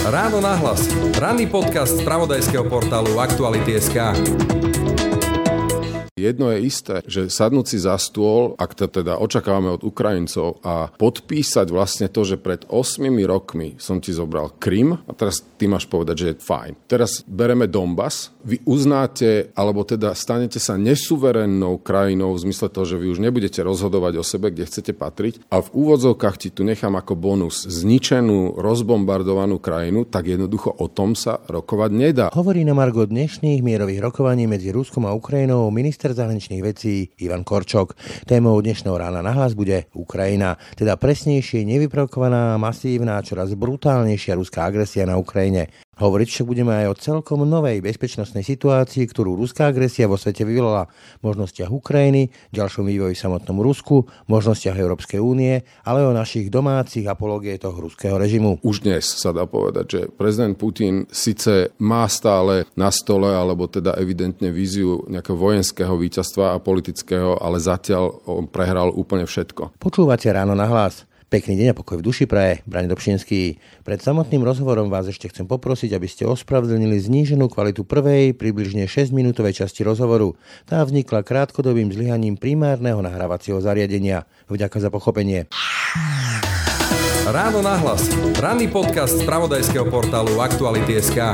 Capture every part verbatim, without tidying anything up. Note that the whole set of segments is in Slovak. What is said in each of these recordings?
Ráno nahlas. Ranný podcast z spravodajského portálu Aktuality bodka es ká. Jedno je isté, že sadnúť si za stôl, ak to teda očakávame od Ukrajincov, a podpísať vlastne to, že pred ôsmimi rokmi som ti zobral Krym a teraz ty máš povedať, že je fajn. Teraz bereme Donbas, vy uznáte, alebo teda stanete sa nesuverénnou krajinou v zmysle toho, že vy už nebudete rozhodovať o sebe, kde chcete patriť, a v úvodzovkách ti tu nechám ako bonus zničenú, rozbombardovanú krajinu, tak jednoducho o tom sa rokovať nedá. Hovorí na margo dnešných mierových rokovaní medzi Ruskom a Ukrajinou minister zahraničných vecí Ivan Korčok. Témou dnešného Rána nahlas bude Ukrajina, teda presnejšie nevyprovokovaná, masívna, čoraz brutálnejšia ruská agresia na Ukrajine. Hovoriť však budeme aj o celkom novej bezpečnostnej situácii, ktorú ruská agresia vo svete vyvolala, možnostiach Ukrajiny, ďalšom vývoji v samotnom Rusku, možnostiach Európskej únie, ale o našich domácich apologétoch ruského režimu. Už dnes sa dá povedať, že prezident Putin síce má stále na stole, alebo teda evidentne víziu nejakého vojenského víťazstva a politického, ale zatiaľ on prehral úplne všetko. Počúvate Ráno nahlas. Pekný deň a pokoj v duši praje Braň Dobšinský. Pred samotným rozhovorom vás ešte chcem poprosiť, aby ste ospravedlnili zníženú kvalitu prvej, približne šesťminútovej časti rozhovoru. Tá vznikla krátkodobým zlyhaním primárneho nahrávacieho zariadenia. Vďaka za pochopenie. Ráno nahlas. Ranný podcast z spravodajského portálu Aktuality bodka es ká.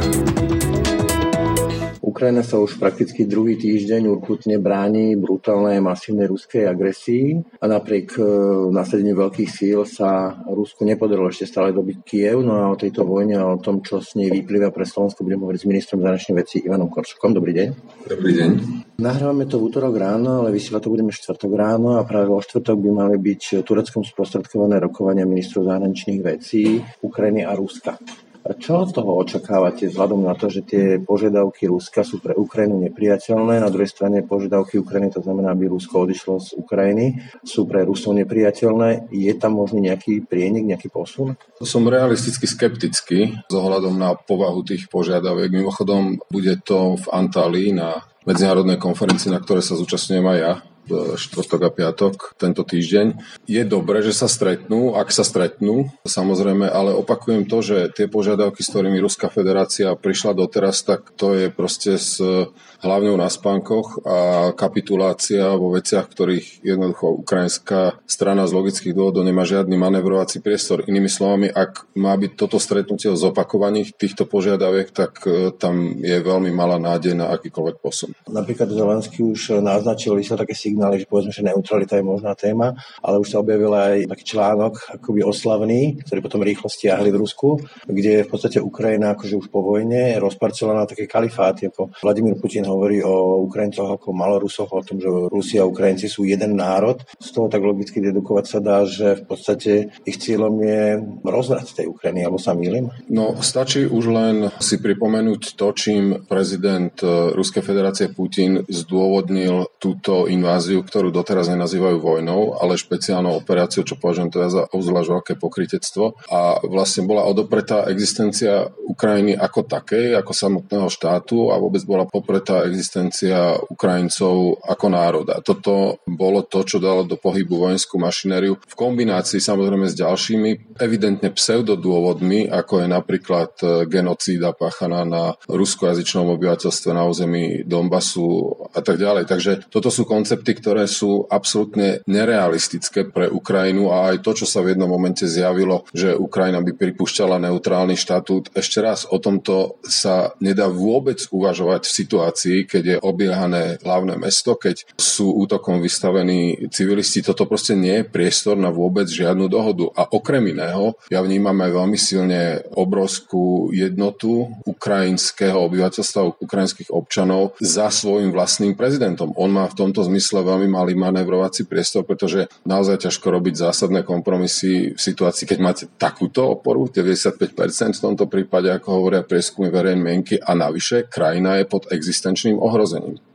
Ukrajina sa už prakticky druhý týždeň urputne bráni brutálnej masívnej ruskej agresii a napriek nasadeniu veľkých síl sa Rusku nepodarilo ešte stále dobiť Kyjev. No a o tejto vojne a o tom, čo s nej vyplýva pre Slovensko, budem hovoriť s ministrom zahraničných vecí Ivanom Korčokom. Dobrý deň. Dobrý deň. Nahrávame to v útorok ráno, ale vysielať to budeme štvrtok ráno a práve vo štvrtok by mali byť Tureckom sprostredkované rokovania ministrov zahraničných vecí Ukrajiny a Ruska. A čo z toho očakávate vzhľadom na to, že tie požiadavky Ruska sú pre Ukrajinu nepriateľné, na druhej strane požiadavky Ukrajiny, to znamená, aby Rusko odišlo z Ukrajiny, sú pre Rusov nepriateľné? Je tam možný nejaký prienik, nejaký posun? Som realisticky skeptický z ohľadom na povahu tých požiadaviek. Mimochodom, bude to v Antálii na medzinárodnej konferencii, na ktorej sa zúčastňujem aj ja, štvrtok a piatok tento týždeň. Je dobré, že sa stretnú, ak sa stretnú, samozrejme, ale opakujem to, že tie požiadavky, s ktorými Ruská federácia prišla doteraz, tak to je proste s hlavňou na spánkoch a kapitulácia vo veciach, ktorých jednoducho ukrajinská strana z logických dôvodov nemá žiadny manevrovací priestor. Inými slovami, ak má byť toto stretnutie o zopakovaní týchto požiadaviek, tak tam je veľmi malá nádej na akýkoľvek posun. Napríklad Zelenský už naznačil, že také signály, že povedzme, že neutralita je možná téma, ale už sa objavil aj taký článok akoby oslavný, ktorý potom rýchlo stiahli v Rusku, kde je v podstate Ukrajina akože už po vojne rozparcelovaná na také kalifáty, ako Vladimír Putin hovorí o Ukrajincoch ako Malorusoch, o tom, že Rusi a Ukrajinci sú jeden národ. Z toho tak logicky dedukovať sa dá, že v podstate ich cieľom je rozvrat tej Ukrajiny, alebo sa mýlim? No, stačí už len si pripomenúť to, čím prezident Ruskej federácie Putin zdôvodnil túto inváziu, ktorú doteraz nenazývajú vojnou, ale špeciálnou operáciou, čo považujem teda za obzvlášť veľké pokrytectvo. A vlastne bola odopretá existencia Ukrajiny ako takej, ako samotného štátu, a vôbec bola popretá existencia Ukrajincov ako národa. Toto bolo to, čo dalo do pohybu vojenskú mašinériu v kombinácii samozrejme s ďalšími evidentne pseudodôvodmi, ako je napríklad genocída páchaná na ruskojazyčnom obyvateľstve na území Donbasu a tak ďalej. Takže toto sú koncepty, ktoré sú absolútne nerealistické pre Ukrajinu, a aj to, čo sa v jednom momente zjavilo, že Ukrajina by pripúšťala neutrálny štatút. Ešte raz, o tomto sa nedá vôbec uvažovať v situácii, keď je obiehané hlavné mesto, keď sú útokom vystavení civilisti. Toto proste nie je priestor na vôbec žiadnu dohodu. A okrem iného, ja vnímam aj veľmi silne obrovskú jednotu ukrajinského obyvateľstva, ukrajinských občanov za svojím vlastným prezidentom. On má v tomto zmysle veľmi malý manévrovací priestor, pretože naozaj ťažko robiť zásadné kompromisy v situácii, keď máte takúto oporu, deväťdesiatpäť percent v tomto prípade, ako hovoria prieskumy verejnej mienky, a navyše krajina je pod existenčným ohrozením.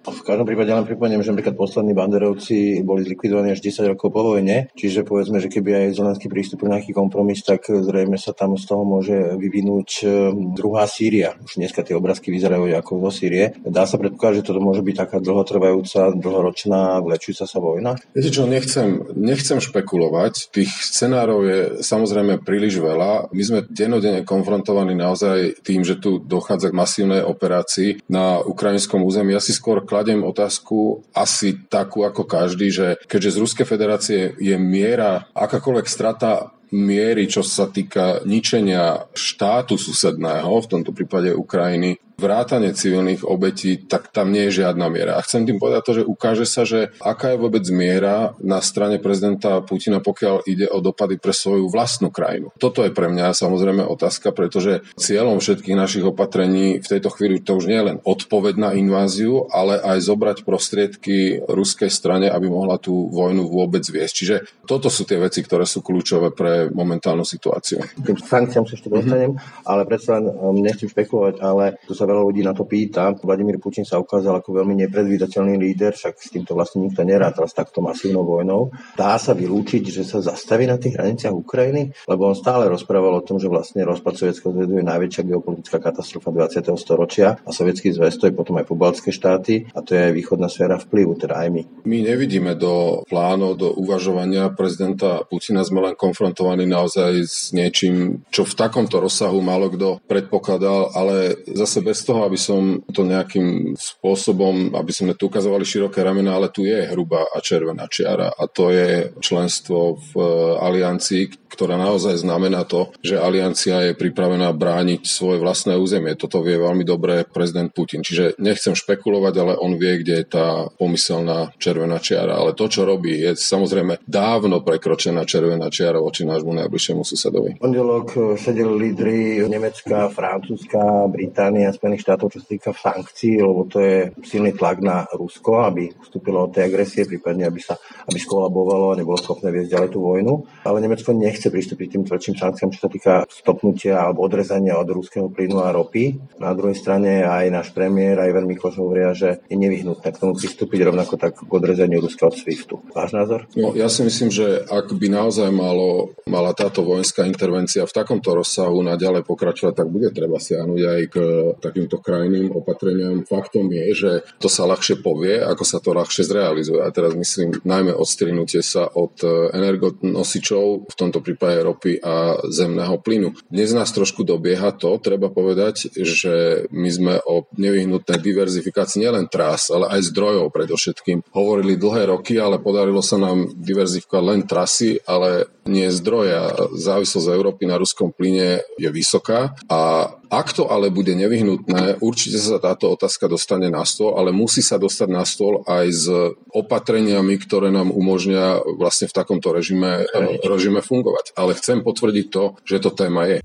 V každom prípade len pripomeniem, že napríklad poslední banderovci boli zlikvidovaní až desať rokov po vojne, čiže povedzme, že keby aj Zelenský prístupil nejaký kompromis, tak zrejme sa tam z toho môže vyvinúť druhá Sýria. Už dneska tie obrázky vyzerajú ako zo Sýrie. Dá sa predpokladať, že toto môže byť taká dlhotrvajúca, dlhoročná, vlečujúca sa vojna? Viete čo, nechcem, nechcem špekulovať. Tých scenárov je samozrejme príliš veľa. My sme dennodenne konfrontovaní naozaj tým, že tu dochádza k masívnej operácii na ukrajinskom území. Ja si skôr kladiem otázku asi takú ako každý, že keďže z Ruskej federácie je miera, akákoľvek strata miery, čo sa týka ničenia štátu susedného, v tomto prípade Ukrajiny, vrátane civilných obetí, tak tam nie je žiadna miera. A chcem tým povedať to, že ukáže sa, že aká je vôbec miera na strane prezidenta Putina, pokiaľ ide o dopady pre svoju vlastnú krajinu. Toto je pre mňa samozrejme otázka, pretože cieľom všetkých našich opatrení v tejto chvíli to už nie je len odpoveď na inváziu, ale aj zobrať prostriedky ruskej strane, aby mohla tú vojnu vôbec viesť. Čiže toto sú tie veci, ktoré sú kľúčové pre momentálnu situáciu. Tým sankciám sa ešte dostanem, mm-hmm. ale predsa len um, nechcem špekulovať, ale tu sa veľa ľudí na to pýta. Vladimír Putin sa ukázal ako veľmi nepredvídateľný líder, však s týmto vlastne nikto nerátal s takto masívnou vojnou. Dá sa vylúčiť, že sa zastaví na tých hraniciach Ukrajiny? Lebo on stále rozprával o tom, že vlastne rozpad Sovietskeho zväzu je najväčšia geopolitická katastrofa dvadsiateho storočia a Sovietsky zväz to je potom aj pobaltské štáty a to je aj východná sféra vplyvu, teda aj my. My nevidíme do plánov, do uvažovania prezidenta Putina, sme len konfrontovaní naozaj s niečím, čo v takomto rozsahu málo kto predpokladal, ale zase bez toho, aby som to nejakým spôsobom, aby sme tu ukazovali široké ramena, ale tu je hrubá a červená čiara a to je členstvo v aliancii, ktorá naozaj znamená to, že aliancia je pripravená brániť svoje vlastné územie. Toto vie veľmi dobre prezident Putin. Čiže nechcem špekulovať, ale on vie, kde je tá pomyselná červená čiara. Ale to, čo robí, je samozrejme dávno prekročená červená čiara voči nášmu najbližšiemu susedovi. Pondelok sedeli lídri Nemecka, Francúzska, Británia, Spojených štátov, čo sa týka sankcií, lebo to je silný tlak na Rusko, aby vstúpilo od tej agresie, prípadne aby sa aby skolabovalo a nebolo schopné viesť ďalej tú vojnu. Ale Nemecko nechce pristúpiť tým tvrdším sankciám, čo sa týka stopnutia alebo odrezania od ruského plynu a ropy. Na druhej strane aj náš premiér, aj Ivan Mikloš hovoria, že je nevyhnutné k tomu pristúpiť, rovnako tak k odrezaniu Ruska od SWIFTu. Váš názor? No, ja si myslím, že ak by naozaj malo, mala táto vojenská intervencia v takomto rozsahu naďalej pokračovať, tak bude treba siahnuť aj k takýmto krajným opatreniam. Faktom je, že to sa ľahšie povie, ako sa to ľahšie zrealizuje. A teraz myslím najmä odstrinutie sa od energonosičov, v tomto prípade ropy a zemného plynu. Dnes nás trošku dobieha to, treba povedať, že my sme o nevyhnutnej diverzifikácii nielen trás, ale aj zdrojov predovšetkým hovorili dlhé roky, ale podarilo sa nám diverzifikovať len trasy, ale nie zdroja. Závislosť Európy na ruskom plyne je vysoká a ak to ale bude nevyhnutné, určite sa táto otázka dostane na stôl, ale musí sa dostať na stôl aj s opatreniami, ktoré nám umožnia vlastne v takomto režime, režime fungovať. Ale chcem potvrdiť to, že to téma je.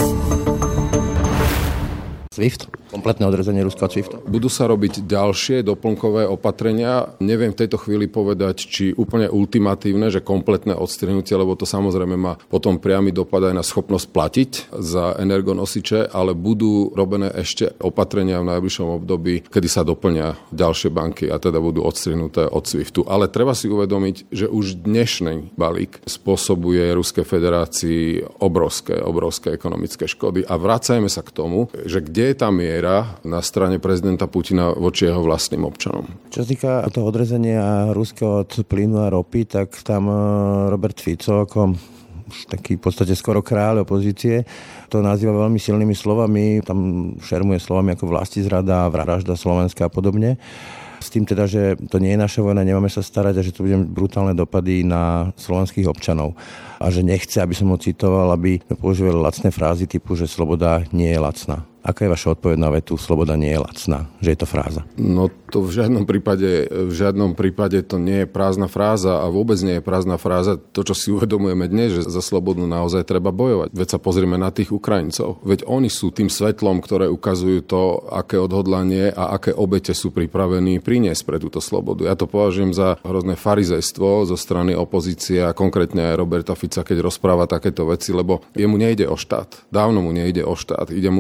SWIFT? Kompletné odrezanie Ruska od SWIFTu? Budú sa robiť ďalšie doplnkové opatrenia. Neviem v tejto chvíli povedať, či úplne ultimatívne, že kompletné odstrinutie, lebo to samozrejme má potom priamy dopad aj na schopnosť platiť za energonosiče, ale budú robené ešte opatrenia v najbližšom období, kedy sa doplňa ďalšie banky a teda budú odstrinuté od SWIFTu. Ale treba si uvedomiť, že už dnešný balík spôsobuje Ruskej federácii obrovské, obrovské ekonomické škody. A vracajme sa k tomu, že kde je tá miera na strane prezidenta Putina voči jeho vlastným občanom. Čo sa týka toho odrezania Ruska od plynu a ropy, tak tam Robert Fico ako už taký v podstate skoro kráľ opozície to nazýva veľmi silnými slovami, tam šermuje slovami ako vlastizrada, vražda Slovenska a podobne. S tým teda, že to nie je naša vojna, nemáme sa starať a že to budú brutálne dopady na slovenských občanov. A že nechce, aby som ho citoval, aby používali lacné frázy typu, že sloboda nie je lacná. Aká je vaša odpoveď na vetu sloboda nie je lacná? Že je to fráza? No to v žiadnom prípade, v žiadnom prípade to nie je prázdna fráza a vôbec nie je prázdna fráza. To, čo si uvedomujeme dnes, že za slobodu naozaj treba bojovať. Veď sa pozrime na tých Ukrajincov. Veď oni sú tým svetlom, ktoré ukazujú to, aké odhodlanie a aké obete sú pripravení priniesť pre túto slobodu. Ja to považujem za hrozné farizejstvo zo strany opozície a konkrétne aj Roberta Fica, keď rozpráva takéto veci, lebo jemu nejde o štát. Dávno mu nejde o štát. Ide mu o jedno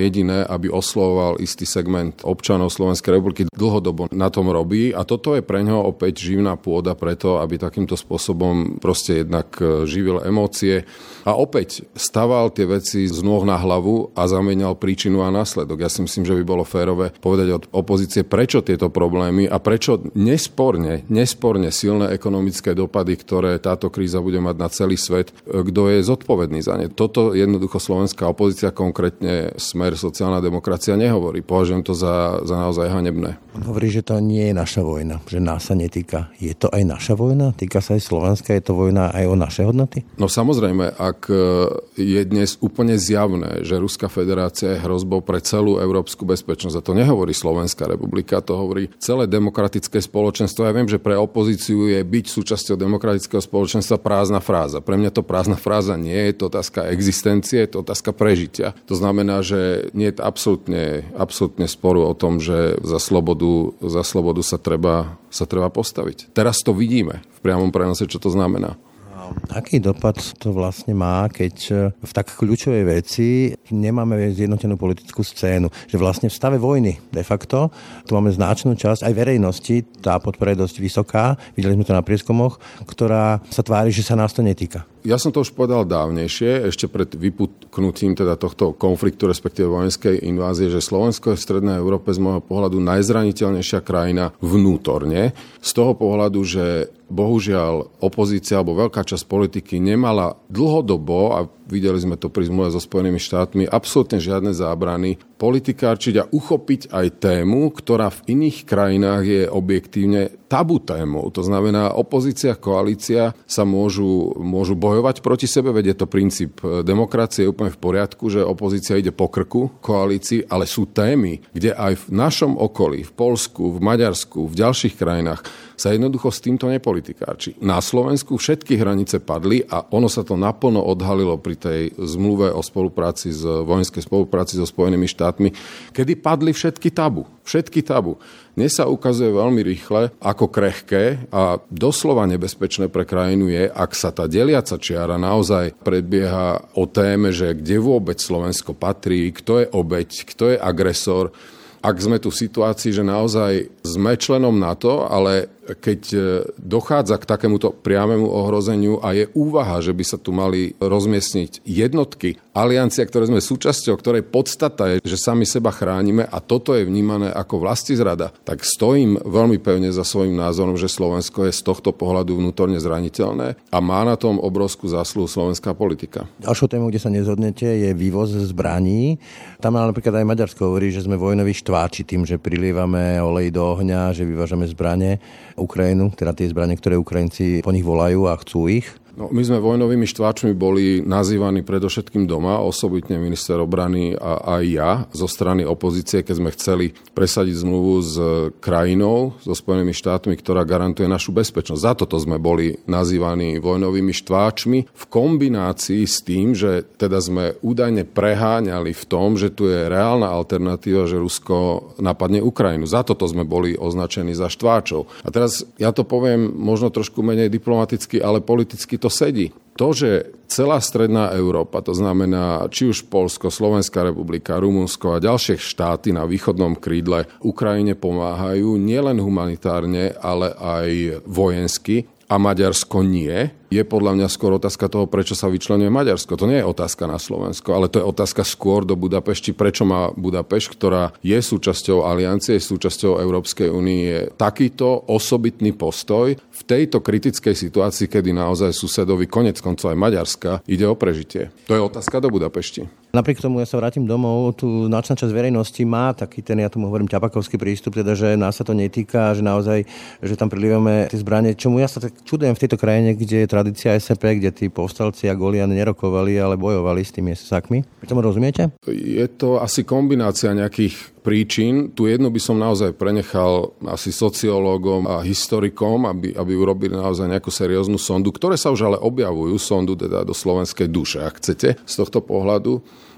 jediné, aby oslovoval istý segment občanov Slovenskej republiky. Dlhodobo na tom robí a toto je pre ňoho opäť živná pôda preto, aby takýmto spôsobom proste jednak živil emócie a opäť staval tie veci z nôh na hlavu a zamienial príčinu a následok. Ja si myslím, že by bolo férové povedať od opozície, prečo tieto problémy a prečo nesporne, nesporne silné ekonomické dopady, ktoré táto kríza bude mať na celý svet, kto je zodpovedný za ne. Toto jednoducho slovenská opozícia, konkrétne Smer, sociálna demokracia nehovorí. Považujem to za, za naozaj hanebné. On hovorí, že to nie je naša vojna, že nás sa netýka. Je to aj naša vojna? Týka sa aj Slovenska? Je to vojna aj o naše hodnoty? No samozrejme, ak je dnes úplne zjavné, že Ruská federácia je hrozbou pre celú európsku bezpečnosť, a to nehovorí Slovenská republika, to hovorí celé demokratické spoločenstvo. Ja viem, že pre opozíciu je byť súčasťou demokratického spoločenstva prázdna fráza. Pre mňa to prázdna fráza nie je, to otázka existencie, je to otázka prežitia. To znamená, že nie je absolútne, absolútne sporu o tom, že za slobodu, za slobodu sa treba, sa treba postaviť. Teraz to vidíme v priamom prenose, čo to znamená. Aký dopad to vlastne má, keď v tak kľúčovej veci nemáme zjednotenú politickú scénu? Že vlastne v stave vojny de facto tu máme značnú časť aj verejnosti, tá podpora je dosť vysoká, videli sme to na prieskumoch, ktorá sa tvári, že sa nás to netýka. Ja som to už povedal dávnejšie, ešte pred vypuknutím teda tohto konfliktu, respektíve vojenskej invázie, že Slovensko je v Strednej Európe z môjho pohľadu najzraniteľnejšia krajina vnútorne. Z toho pohľadu, že bohužiaľ opozícia alebo veľká časť politiky nemala dlhodobo, a videli sme to pri zmluve so Spojenými štátmi, absolútne žiadne zábrany politikárčiť a uchopiť aj tému, ktorá v iných krajinách je objektívne tabu témou. To znamená, opozícia, koalícia sa môžu, môžu bojovať proti sebe, veď je to princíp demokracie, je úplne v poriadku, že opozícia ide po krku koalícii, ale sú témy, kde aj v našom okolí, v Poľsku, v Maďarsku, v ďalších krajinách sa jednoducho s týmto nepolitikárči. Na Slovensku všetky hranice padli a ono sa to naplno odhalilo pri tej zmluve o spolupráci, z vojenskej spolupráci so Spojenými štátmi, kedy padli všetky tabu. Všetky tabu. Dnes sa ukazuje veľmi rýchle, ako krehké a doslova nebezpečné pre krajinu je, ak sa tá deliaca čiara naozaj predbieha o téme, že kde vôbec Slovensko patrí, kto je obeť, kto je agresor. Ak sme tu v situácii, že naozaj sme členom NATO, ale keď dochádza k takémuto priamému ohrozeniu a je úvaha, že by sa tu mali rozmiestniť jednotky, aliancia, ktoré sme súčasťou, ktorej podstata je, že sami seba chránime a toto je vnímané ako vlastizrada, tak stojím veľmi pevne za svojím názorom, že Slovensko je z tohto pohľadu vnútorne zraniteľné a má na tom obrovskú zásluhu slovenská politika. Ďalšou témou, kde sa nezhodnete, je vývoz zbraní. Tam napríklad aj Maďarsko hovorí, že sme vojnoví štváči tým, že prilievame olej do ohňa, že vyvážame zbrane Ukrajinu, teda tie zbrane, ktoré Ukrajinci po nich volajú a chcú ich. No, my sme vojnovými štváčmi boli nazývaní predovšetkým doma, osobitne minister obrany a aj ja zo strany opozície, keď sme chceli presadiť zmluvu s krajinou, so Spojenými štátmi, ktorá garantuje našu bezpečnosť. Za toto sme boli nazývaní vojnovými štváčmi v kombinácii s tým, že teda sme údajne preháňali v tom, že tu je reálna alternatíva, že Rusko napadne Ukrajinu. Za toto sme boli označení za štváčov. A teraz ja to poviem možno trošku menej diplomaticky, ale politicky to sedí. To, že celá stredná Európa, to znamená či už Poľsko, Slovenská republika, Rumunsko a ďalšie štáty na východnom krídle Ukrajine pomáhajú nielen humanitárne, ale aj vojensky a Maďarsko nie, je podľa mňa skôr otázka toho, prečo sa vyčlenuje Maďarsko. To nie je otázka na Slovensko, ale to je otázka skôr do Budapešti, prečo má Budapešť, ktorá je súčasťou aliancie, je súčasťou Európskej únie, takýto osobitný postoj v tejto kritickej situácii, kedy naozaj susedovi, konec koncov aj Maďarska, ide o prežitie. To je otázka do Budapešti. Napriek tomu ja sa vrátim domov, tu značná časť verejnosti má taký ten, ja tomu hovorím, ťapakovský prístup, teda, že nás sa to netýka, že naozaj, že tam prilívame tie zbrane, čomu ja sa tak čudujem v tejto krajine, kde je tradícia es en pé, kde tí povstalci a Golian nerokovali, ale bojovali s tými es es ákmi. Tomu rozumiete? Je to asi kombinácia nejakých príčin. Tu jednu by som naozaj prenechal asi sociológom a historikom, aby, aby urobili naozaj nejakú serióznu sondu, ktoré sa už ale objavujú, sondu teda do slovenskej duše, ak chcete, z tohto pohľadu.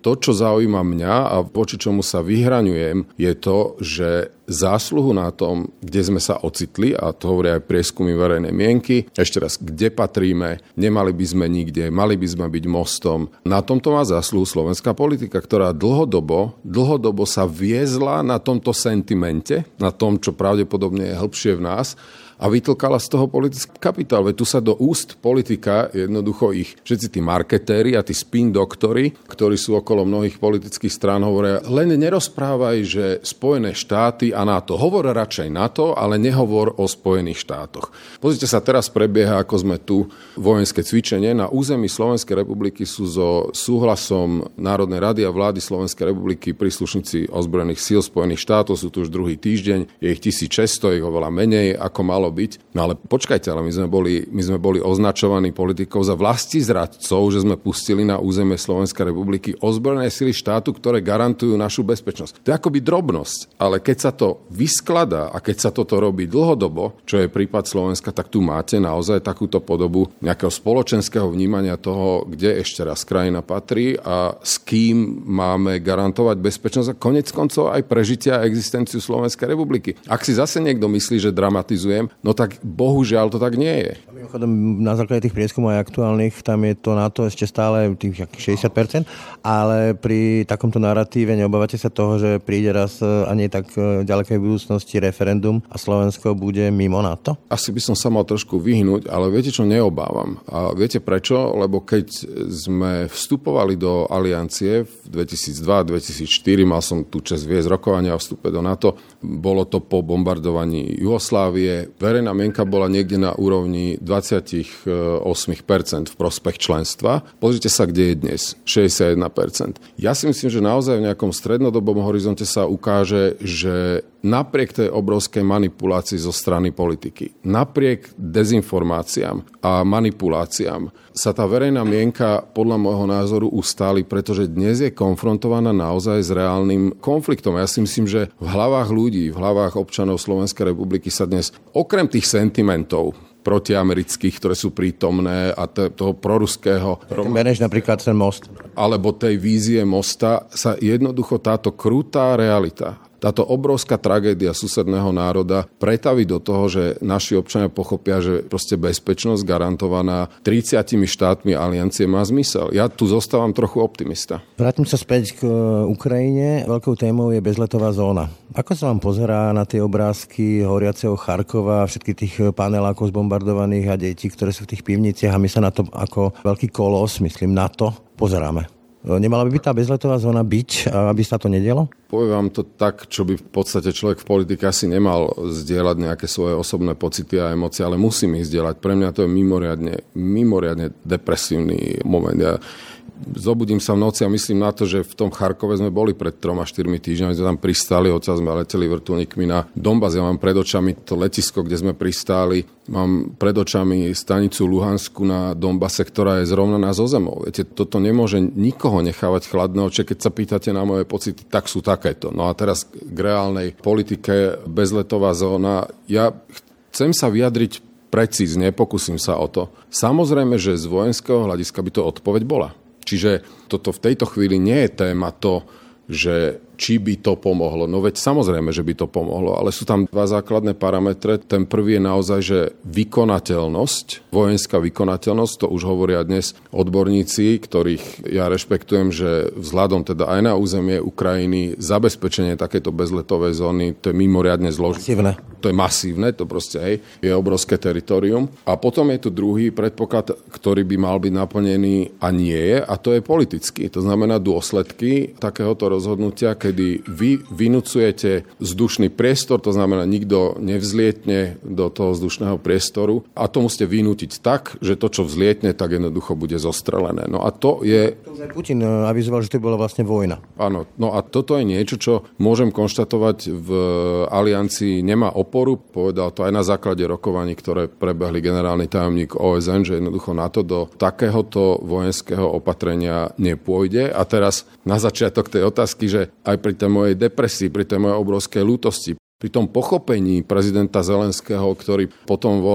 to, čo zaujíma mňa a voči čomu sa vyhraňujem, je to, že zásluhu na tom, kde sme sa ocitli, a to hovoria aj prieskumy verejnej mienky, ešte raz, kde patríme, nemali by sme nikde, mali by sme byť mostom. Na tomto má zásluhu slovenská politika, ktorá dlhodobo, dlhodobo sa viezla na tomto sentimente, na tom, čo pravdepodobne je hĺbšie v nás, a vytlkala z toho politický kapitál. Veď tu sa do úst politika, jednoducho ich všetci tí marketéri a tí spin doktori, ktorí sú okolo mnohých politických strán, hovoria, len nerozprávaj, že Spojené štáty a NATO. Hovor radšej NATO, ale nehovor o Spojených štátoch. Pozrite sa, teraz prebieha, ako sme tu, vojenské cvičenie. Na území Slovenskej republiky sú so súhlasom Národnej rady a vlády Slovenskej republiky príslušníci ozbrojených síl Spojených štátov, sú tu už druhý týždeň, je ich tisícšesťsto, ich oveľa menej, ako malo byť. No ale počkajte, ale my sme boli, my sme boli označovaní politikou za vlastizradcov, že sme pustili na územie Slovenskej republiky ozbrojené sily štátu, ktoré garantujú našu bezpečnosť. To je akoby drobnosť, ale keď sa to vyskladá a keď sa toto robí dlhodobo, čo je prípad Slovenska, tak tu máte naozaj takúto podobu nejakého spoločenského vnímania toho, kde ešte raz krajina patrí a s kým máme garantovať bezpečnosť a konec koncov aj prežitia a existenciu Slovenskej republiky. Ak si zase niekto myslí, že dramatizujem, no tak bohužiaľ to tak nie je. Mimochodom, na základe tých prieskumov aj aktuálnych, tam je to na to ešte stále tých šesťdesiat percent, ale pri takomto naratíve neobávate sa toho, že príde raz a nie tak ďalekej budúcnosti referendum a Slovensko bude mimo NATO? Asi by som sa mal trošku vyhnúť, ale viete čo, neobávam. A viete prečo? Lebo keď sme vstupovali do aliancie v dvetisícdva dvetisícštyri, mal som tu časť viesť rokovania o vstupe do NATO, bolo to po bombardovaní Jugoslávie. Verejná mienka bola niekde na úrovni dvadsaťosem percent v prospech členstva. Pozrite sa, kde je dnes. šesťdesiatjeden percent. Ja si myslím, že naozaj v nejakom strednodobom horizonte sa ukáže, že napriek tej obrovskej manipulácii zo strany politiky, napriek dezinformáciám a manipuláciám sa tá verejná mienka podľa môjho názoru ustáli, pretože dnes je konfrontovaná naozaj s reálnym konfliktom. Ja si myslím, že v hlavách ľudí, v hlavách občanov Slovenskej republiky sa dnes, okrem tých sentimentov protiamerických, ktoré sú prítomné a t- toho proruského... Bereš napríklad ten most. Alebo tej vízie mosta, sa jednoducho táto krutá realita, táto obrovská tragédia susedného národa pretaví do toho, že naši občania pochopia, že proste bezpečnosť garantovaná tridsiatimi štátmi aliancie má zmysel. Ja tu zostávam trochu optimista. Vrátim sa späť k Ukrajine. Veľkou témou je bezletová zóna. Ako sa vám pozerá na tie obrázky horiaceho Charkova, všetkých tých panelákov zbombardovaných a detí, ktoré sú v tých pivniciach, a my sa na to ako veľký kolos, myslím, na to pozeráme? Nemala by byť tá bezletová zóna byť, aby sa to nedialo? Poviem vám to tak, čo by v podstate človek v politike asi nemal zdieľať nejaké svoje osobné pocity a emócie, ale musím ich zdieľať. Pre mňa to je mimoriadne, mimoriadne depresívny moment. Ja zobudím sa v noci a myslím na to, že v tom Charkove sme boli pred troma štyrmi týždňami, sme tam pristáli, odtiaľ sme leteli vrtuľníkmi na Donbas. Ja mám pred očami to letisko, kde sme pristáli, mám pred očami stanicu Luhansku na Donbase, ktorá je zrovnaná so zemou. Viete, toto nemôže nikoho nechávať chladné oči. Keď sa pýtate na moje pocity, tak sú takéto. No a teraz k reálnej politike, bezletová zóna. Ja chcem sa vyjadriť precízne, pokúsim sa o to. Samozrejme, že z vojenského hľadiska by to odpoveď bola. Čiže toto v tejto chvíli nie je téma to, že či by to pomohlo. No veď samozrejme, že by to pomohlo, ale sú tam dva základné parametre. Ten prvý je naozaj, že vykonateľnosť, vojenská vykonateľnosť, to už hovoria dnes odborníci, ktorých ja rešpektujem, že vzhľadom teda aj na územie Ukrajiny zabezpečenie takéto bezletovej zóny, to je mimoriadne zložité. To je masívne, to proste hej, je obrovské teritorium. A potom je tu druhý predpoklad, ktorý by mal byť naplnený a nie je, a to je politický. To znamená dôsledky takéhoto rozhodnutia, kedy vy vynúcujete vzdušný priestor, to znamená, nikto nevzlietne do toho vzdušného priestoru a to musíte vynútiť tak, že to, čo vzlietne, tak jednoducho bude zostrelené. No a to je... Putin avizoval, že to bola vlastne vojna. Áno, no a toto je niečo, čo môžem konštatovať v aliancii nemá oporu. Povedal to aj na základe rokovaní, ktoré prebehli generálny tajomník ó es en, že jednoducho NATO do takéhoto vojenského opatrenia nepôjde. A teraz na začiatok tej otázky, že aj pri tej mojej depresii, pri tej mojej obrovskej ľútosti, pri tom pochopení prezidenta Zelenského, ktorý potom volá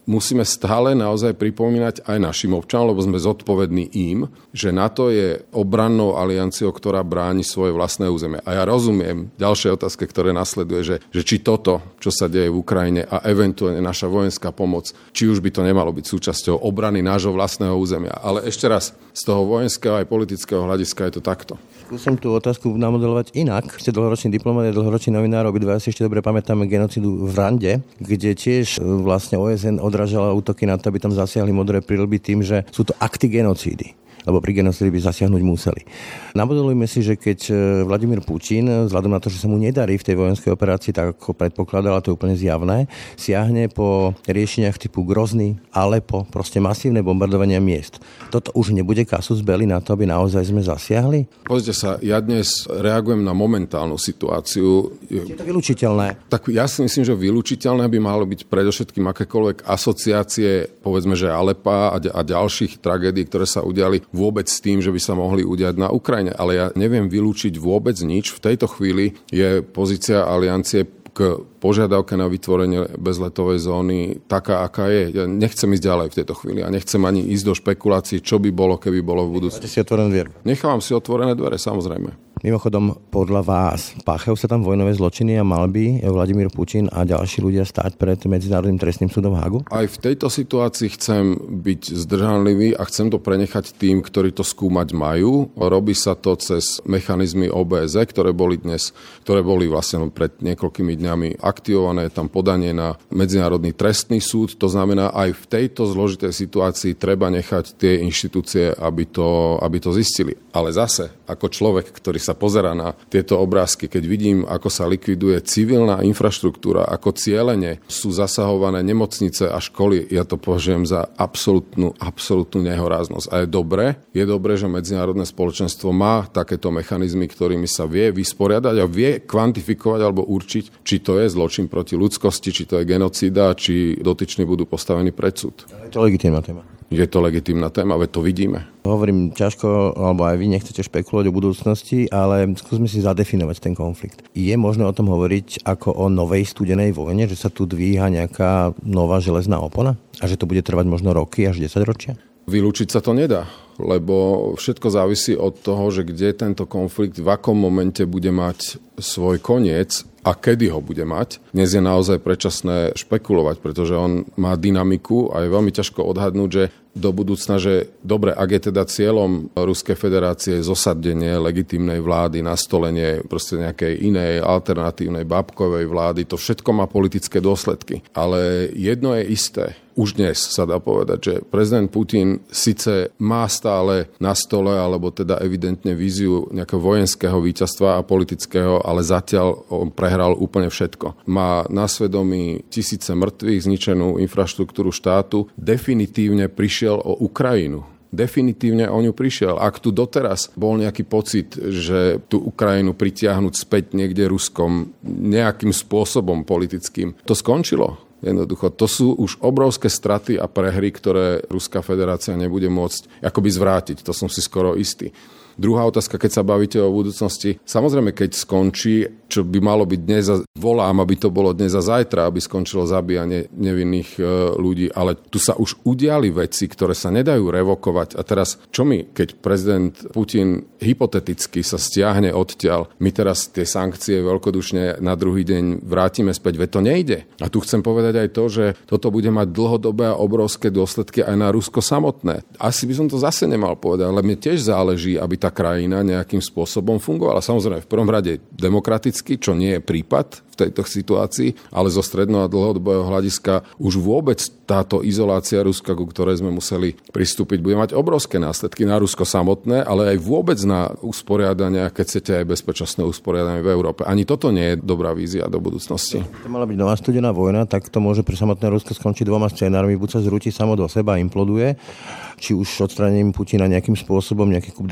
musíme stále naozaj pripomínať aj našim občanom, lebo sme zodpovední im, že NATO je obrannou alianciou, ktorá bráni svoje vlastné územie. A ja rozumiem ďalšie otázke, ktoré nasleduje, že, že či toto, čo sa deje v Ukrajine a eventuálne naša vojenská pomoc, či už by to nemalo byť súčasťou obrany nášho vlastného územia. Ale ešte raz, z toho vojenského aj politického hľadiska je to takto. Skúsim tú otázku namodelovať inak. Ste dlhoročný diplomat, dlhoročný novinár, obidva si ešte dobre pamätáme genocidu v Rande, kde tiež vlastne ó es en odrážala útoky na to, aby tam zasiahli modré príľby tým, že sú to akty genocídy, lebo pri genocíde by zasiahnuť museli. Namodelujme si, že keď Vladimír Putin, vzhľadom na to, že sa mu nedarí v tej vojenskej operácii, tak ako predpokladal, a to je úplne zjavné, siahne po riešeniach typu Grozny, Alepo, proste masívne bombardovania miest. Toto už nebude kasus belli na to, aby naozaj sme zasiahli? Pozrite sa, ja dnes reagujem na momentálnu situáciu. Je to vylúčiteľné? Tak ja si myslím, že vylúčiteľné by malo byť predovšetkým akékoľvek asociácie, povedzme, že Alepa a, a ďalších tragédií, ktoré sa udiali vôbec s tým, že by sa mohli udiať na Ukrajine. Ale ja neviem vylúčiť vôbec nič. V tejto chvíli je pozícia aliancie k požiadavke na vytvorenie bezletovej zóny taká, aká je. Ja nechcem ísť ďalej v tejto chvíli a nechcem ani ísť do špekulácií, čo by bolo, keby bolo v budúcnosti. Máte si otvorené dvere? Nechávam si otvorené dvere, samozrejme. Mimochodom, podľa vás, páchajú sa tam vojnové zločiny a mal by Vladimír Putin a ďalší ľudia stáť pred Medzinárodným trestným súdom v Hagu? Aj v tejto situácii chcem byť zdržanlivý a chcem to prenechať tým, ktorí to skúmať majú. Robí sa to cez mechanizmy ó bé es é, ktoré boli dnes, ktoré boli vlastne pred niekoľkými dňami aktivované, tam podanie na Medzinárodný trestný súd. To znamená, aj v tejto zložitej situácii treba nechať tie inštitúcie, aby to, aby to zistili. Ale zase, ako človek, ktorý sa pozerá na tieto obrázky, keď vidím, ako sa likviduje civilná infraštruktúra, ako cielene sú zasahované nemocnice a školy, ja to považujem za absolútnu, absolútnu nehoráznosť. A je dobré, je dobré, že medzinárodné spoločenstvo má takéto mechanizmy, ktorými sa vie vysporiadať a vie kvantifikovať alebo určiť, či to je zločin proti ľudskosti, či to je genocída, či dotyční budú postavení pred súd. Je to legitímna téma. Je to legitímna téma, veď to vidíme. Hovorím ťažko, alebo aj vy nechcete špekulovať o budúcnosti, ale skúsme si zadefinovať ten konflikt. Je možné o tom hovoriť ako o novej studenej vojne, že sa tu dvíha nejaká nová železná opona a že to bude trvať možno roky až desaťročia? Vylúčiť sa to nedá, lebo všetko závisí od toho, že kde tento konflikt v akom momente bude mať svoj koniec a kedy ho bude mať. Dnes je naozaj predčasné špekulovať, pretože on má dynamiku a je veľmi ťažko odhadnúť, že do budúcna, že dobre, ak je teda cieľom Ruskej federácie zosadenie legitímnej vlády, nastolenie proste nejakej inej alternatívnej babkovej vlády, to všetko má politické dôsledky. Ale jedno je isté, už dnes sa dá povedať, že prezident Putin síce má stále na stole, alebo teda evidentne víziu nejakého vojenského víťazstva a politického, ale zatiaľ on prehral úplne všetko. Má na svedomí tisíce mŕtvych, zničenú infraštruktúru štátu, definitívne prišiel o Ukrajinu. Definitívne o ňu prišiel. Ak tu doteraz bol nejaký pocit, že tú Ukrajinu pritiahnuť späť niekde Ruskom nejakým spôsobom politickým, to skončilo. Jednoducho, to sú už obrovské straty a prehry, ktoré Ruská federácia nebude môcť akoby zvrátiť. To som si skoro istý. Druhá otázka, keď sa bavíte o budúcnosti, samozrejme, keď skončí, čo by malo byť dnes, a volám, aby to bolo dnes a zajtra, aby skončilo zabíjanie nevinných ľudí, ale tu sa už udiali veci, ktoré sa nedajú revokovať. A teraz, čo my, keď prezident Putin hypoteticky sa stiahne odtiaľ, my teraz tie sankcie veľkodušne na druhý deň vrátime späť, veď to nejde. A tu chcem povedať aj to, že toto bude mať dlhodobé a obrovské dôsledky aj na Rusko samotné. Asi by som to zase nemal povedať, ale mne tiež záleží, aby tá krajina nejakým spôsobom fungovala. Samozrejme, v prvom rade demokraticky, čo nie je prípad v tejto situácii, ale zo stredno- a dlhodobého hľadiska už vôbec táto izolácia Ruska, ku ktorej sme museli pristúpiť, bude mať obrovské následky na Rusko samotné, ale aj vôbec na usporiadania, keď chcete aj bezpečnostné usporiadanie v Európe. Ani toto nie je dobrá vízia do budúcnosti. To mala byť nová studená vojna, tak to môže pre samotné Rusko skončiť dvoma scénármi. Buď sa zrúti samo do seba, imploduje, či už odstranením Putina nejakým spôsobom, nejaký coup d'etat,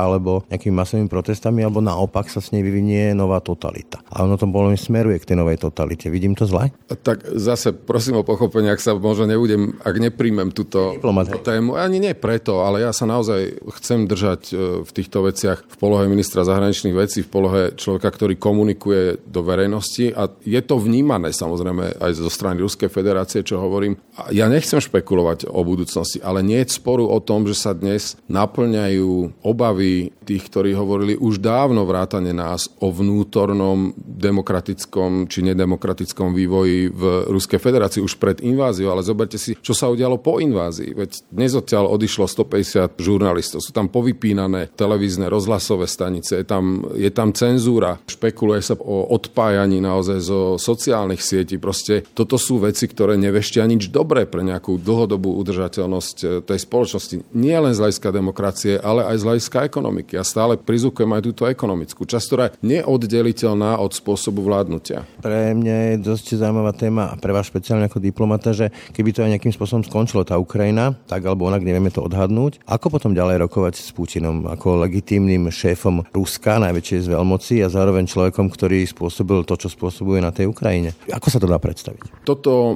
alebo nejakými masovými protestami, alebo naopak sa s nej vyvinie nová totalita. A ono to bolo smeruje k tej novej totalite. Vidím to zle? Tak zase prosím o pochopenie, ak sa možno nebudem, ak nepríjmem túto Diplomat, tému. Ani nie preto, ale ja sa naozaj chcem držať v týchto veciach v polohe ministra zahraničných vecí, v polohe človeka, ktorý komunikuje do verejnosti a je to vnímané samozrejme aj zo strany Ruskej federácie, čo hovorím. Ja nechcem špekulovať o budúcnosti, ale nie je sporu o tom, že sa dnes naplňajú obavy tých, ktorí hovorili už dávno vrátane nás o vnútornom demokratickom či nedemokratickom vývoji v Ruskej federácii už pred inváziou, ale zoberte si, čo sa udialo po invázii. Veď dnes odtiaľ odišlo stopäťdesiat žurnalistov. Sú tam povypínané televízne, rozhlasové stanice, je tam, je tam cenzúra, špekuluje sa o odpájaní naozaj zo sociálnych sietí. Proste toto sú veci, ktoré neveštia nič dobré pre nejakú dlhodobú udržateľnosť tej spoločnosti. Nie len z hľadiska demokracie, ale aj z hľadiska ekonomiky. Ja stále prizvukujem aj túto ekonomickú časť, ktorá je neoddeliteľná od spôsobu vládnutia. Pre mňa je dosť zaujímavá téma, pre vás špeciálne ako diplomata, že keby to aj nejakým spôsobom skončilo tá Ukrajina, tak alebo onak, nevieme to odhadnúť. Ako potom ďalej rokovať s Putinom ako legitímnym šéfom Ruska, najväčšej z veľmoci a zároveň človekom, ktorý spôsobil to, čo spôsobuje na tej Ukrajine? Ako sa to dá predstaviť? Toto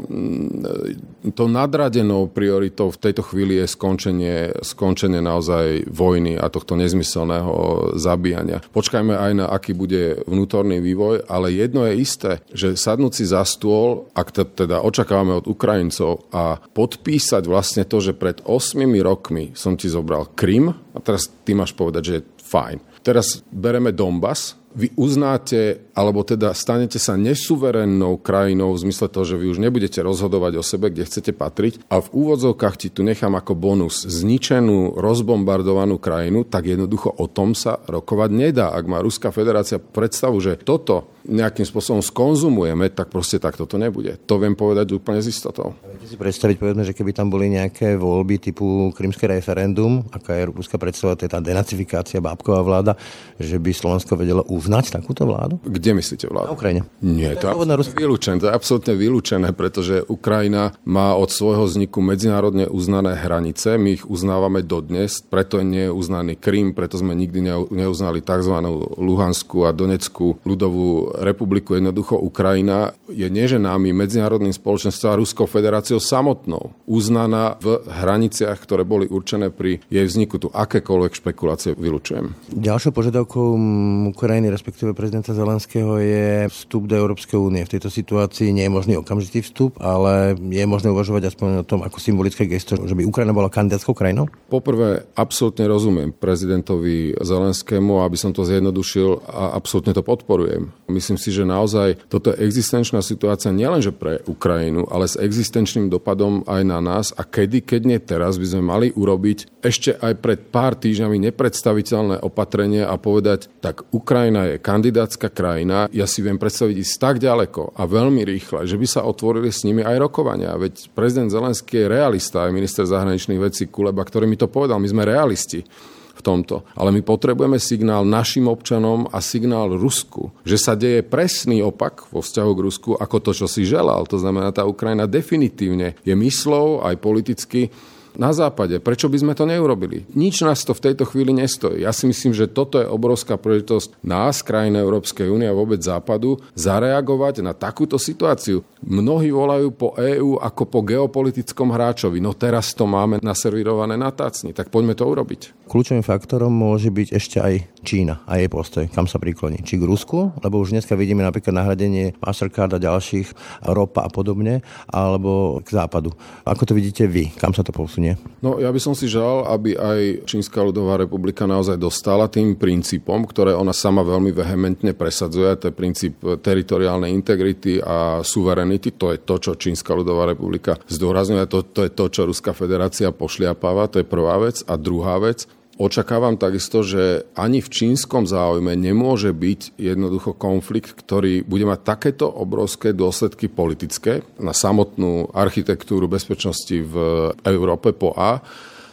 to nadradenou prioritou v tejto chvíli je skončenie, skončenie naozaj vojny a tohto nezmyselného zabíjania. Počkajme aj na aký bude vnútorný vývoj, ale jedno je isté, že sadnúť si za stôl, ak teda očakávame od Ukrajincov a podpísať vlastne to, že pred ôsmimi rokmi som ti zobral Krym a teraz ty máš povedať, že je fajn. Teraz bereme Donbas, vy uznáte, alebo teda stanete sa nesuverénnou krajinou v zmysle toho, že vy už nebudete rozhodovať o sebe, kde chcete patriť a v úvodzovkách ti tu nechám ako bonus zničenú, rozbombardovanú krajinu, tak jednoducho o tom sa rokovať nedá. Ak má Ruská federácia predstavu, že toto nejakým spôsobom skonzumujeme, tak proste tak toto nebude. To viem povedať úplne s istotou. Viete si predstaviť, povedzme, že keby tam boli nejaké voľby typu krymské referendum, aká je ruská predstava, to je tá denacifikácia, bábková vláda, že by Slovensko vedelo uznať takúto vládu? Kde myslíte vládu? Na Ukrajine. Nie, to je absolútne vylúčené. To je absolútne vylúčené, pretože Ukrajina má od svojho vzniku medzinárodne uznané hranice. My ich uznávame dodnes, preto nie je uznaný Krym, preto sme nikdy neuznali tzv. Luhanskú a Donetskú ľudovú republiku. Jednoducho Ukrajina je nie že nami, medzinárodným spoločenstvom a Ruskou federáciou samotnou uznaná v hraniciach, ktoré boli určené pri jej vzniku. Tu akékoľvek špekulácie vylučujem. Ďalšou požiadavkou Ukrajiny, respektíve prezidenta Zelenského, je vstup do Európskej únie. V tejto situácii nie je možný okamžitý vstup, ale je možné uvažovať aspoň o tom ako symbolické gesto, že by Ukrajina bola kandidátskou krajinou? Poprvé, absolútne rozumiem prezidentovi Zelenskému, aby som to zjednodušil, a absolútne to podporujem. Myslím si, že naozaj toto je existenčná situácia nielenže pre Ukrajinu, ale s existenčným dopadom aj na nás a kedy, keď nie teraz, by sme mali urobiť ešte aj pred pár týždňami nepredstaviteľné opatrenie a povedať, tak Ukrajina je kandidátska krajina, ja si viem predstaviť ísť tak ďaleko a veľmi rýchle, že by sa otvorili s nimi aj rokovania. Veď prezident Zelenský je realista, aj minister zahraničných vecí Kuleba, ktorý mi to povedal, my sme realisti v tomto. Ale my potrebujeme signál našim občanom a signál Rusku, že sa deje presný opak vo vzťahu k Rusku ako to, čo si želal. To znamená, tá Ukrajina definitívne je myslou aj politicky na západe. Prečo by sme to neurobili? Nič nás to v tejto chvíli nestojí. Ja si myslím, že toto je obrovská príležitosť nás, krajín Európskej únie a vôbec západu, zareagovať na takúto situáciu. Mnohí volajú po EÚ ako po geopolitickom hráčovi. No teraz to máme naservírované na tácni. Tak poďme to urobiť. Kľúčovým faktorom môže byť ešte aj Čína a jej postoj. Kam sa prikloní? Či k Rusku? Lebo už dneska vidíme napríklad nahradenie Mastercard a ďalších, ropa a podobne, alebo k západu. Ako to vidíte vy? Kam sa to posunie? No, ja by som si želal, aby aj Čínska ľudová republika naozaj dostala tým princípom, ktoré ona sama veľmi vehementne presadzuje. To je princíp teritoriálnej integrity a suverenity. To je to, čo Čínska ľudová republika zdôrazňuje. To, to je to, čo Ruská federácia pošliapáva. To je prvá vec. A druhá vec, očakávam takisto, že ani v čínskom záujme nemôže byť jednoducho konflikt, ktorý bude mať takéto obrovské dôsledky politické na samotnú architektúru bezpečnosti v Európe po A.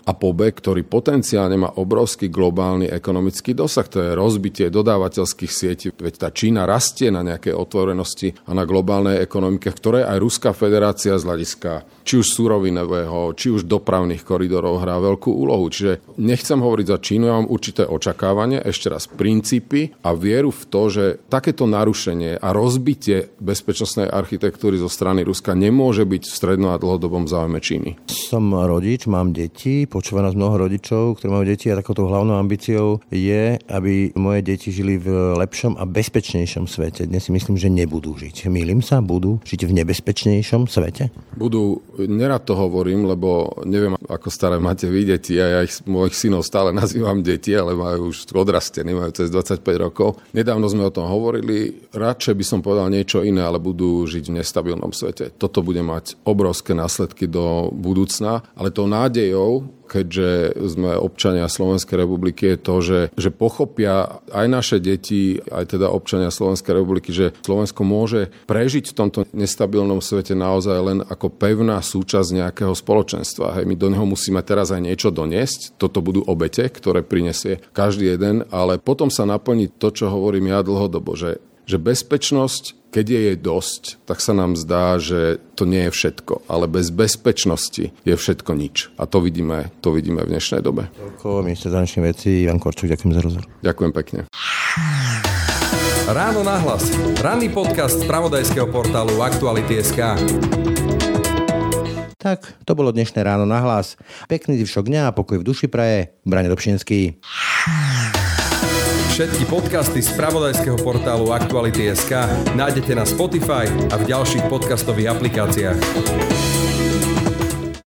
a po B, ktorý potenciálne má obrovský globálny ekonomický dosah. To je rozbitie dodávateľských sietí. Veď tá Čína rastie na nejakej otvorenosti a na globálnej ekonomike, v ktorej aj Ruská federácia z hľadiska či už surovinového, či už dopravných koridorov hrá veľkú úlohu. Čiže nechcem hovoriť za Čínu, ja mám určité očakávanie, ešte raz princípy a vieru v to, že takéto narušenie a rozbitie bezpečnostnej architektúry zo strany Ruska nemôže byť v stredno- a dlhodobom záujme Číny. Som rodič, mám deti, počúva nás mnoho rodičov, ktorí majú deti a takouto hlavnou ambíciou je, aby moje deti žili v lepšom a bezpečnejšom svete. Dnes si myslím, že nebudú žiť. Mýlim sa, budú žiť v nebezpečnejšom svete? Budú, nerad to hovorím, lebo neviem, ako staré máte vy deti a ja ich, mojich synov stále nazývam deti, ale majú už odrastení, majú cez dvadsaťpäť rokov. Nedávno sme o tom hovorili, radšej by som povedal niečo iné, ale budú žiť v nestabilnom svete. Toto bude mať obrovské následky do budúcna, ale tou nádejou, keďže sme občania Slovenskej republiky, je to, že, že pochopia aj naše deti, aj teda občania Slovenskej republiky, že Slovensko môže prežiť v tomto nestabilnom svete naozaj len ako pevná súčasť nejakého spoločenstva. Hej, my do neho musíme teraz aj niečo doniesť. Toto budú obete, ktoré prinesie každý jeden, ale potom sa naplní to, čo hovorím ja dlhodobo, že, že bezpečnosť, keď je jej dosť, tak sa nám zdá, že to nie je všetko. Ale bez bezpečnosti je všetko nič. A to vidíme, to vidíme v dnešnej dobe. Toľko, minister zahraničných vecí Ivan Korčok, ďakujem za rozhovor. Ďakujem pekne. Ráno nahlas. Ranný podcast z spravodajského portálu Aktuality bodka es ká. Tak, to bolo dnešné Ráno nahlas. Pekný zvyšok dňa a pokoj v duši praje. Braňo Dobšinský. Všetky podcasty z spravodajského portálu Aktuality bodka es ká nájdete na Spotify a v ďalších podcastových aplikáciách.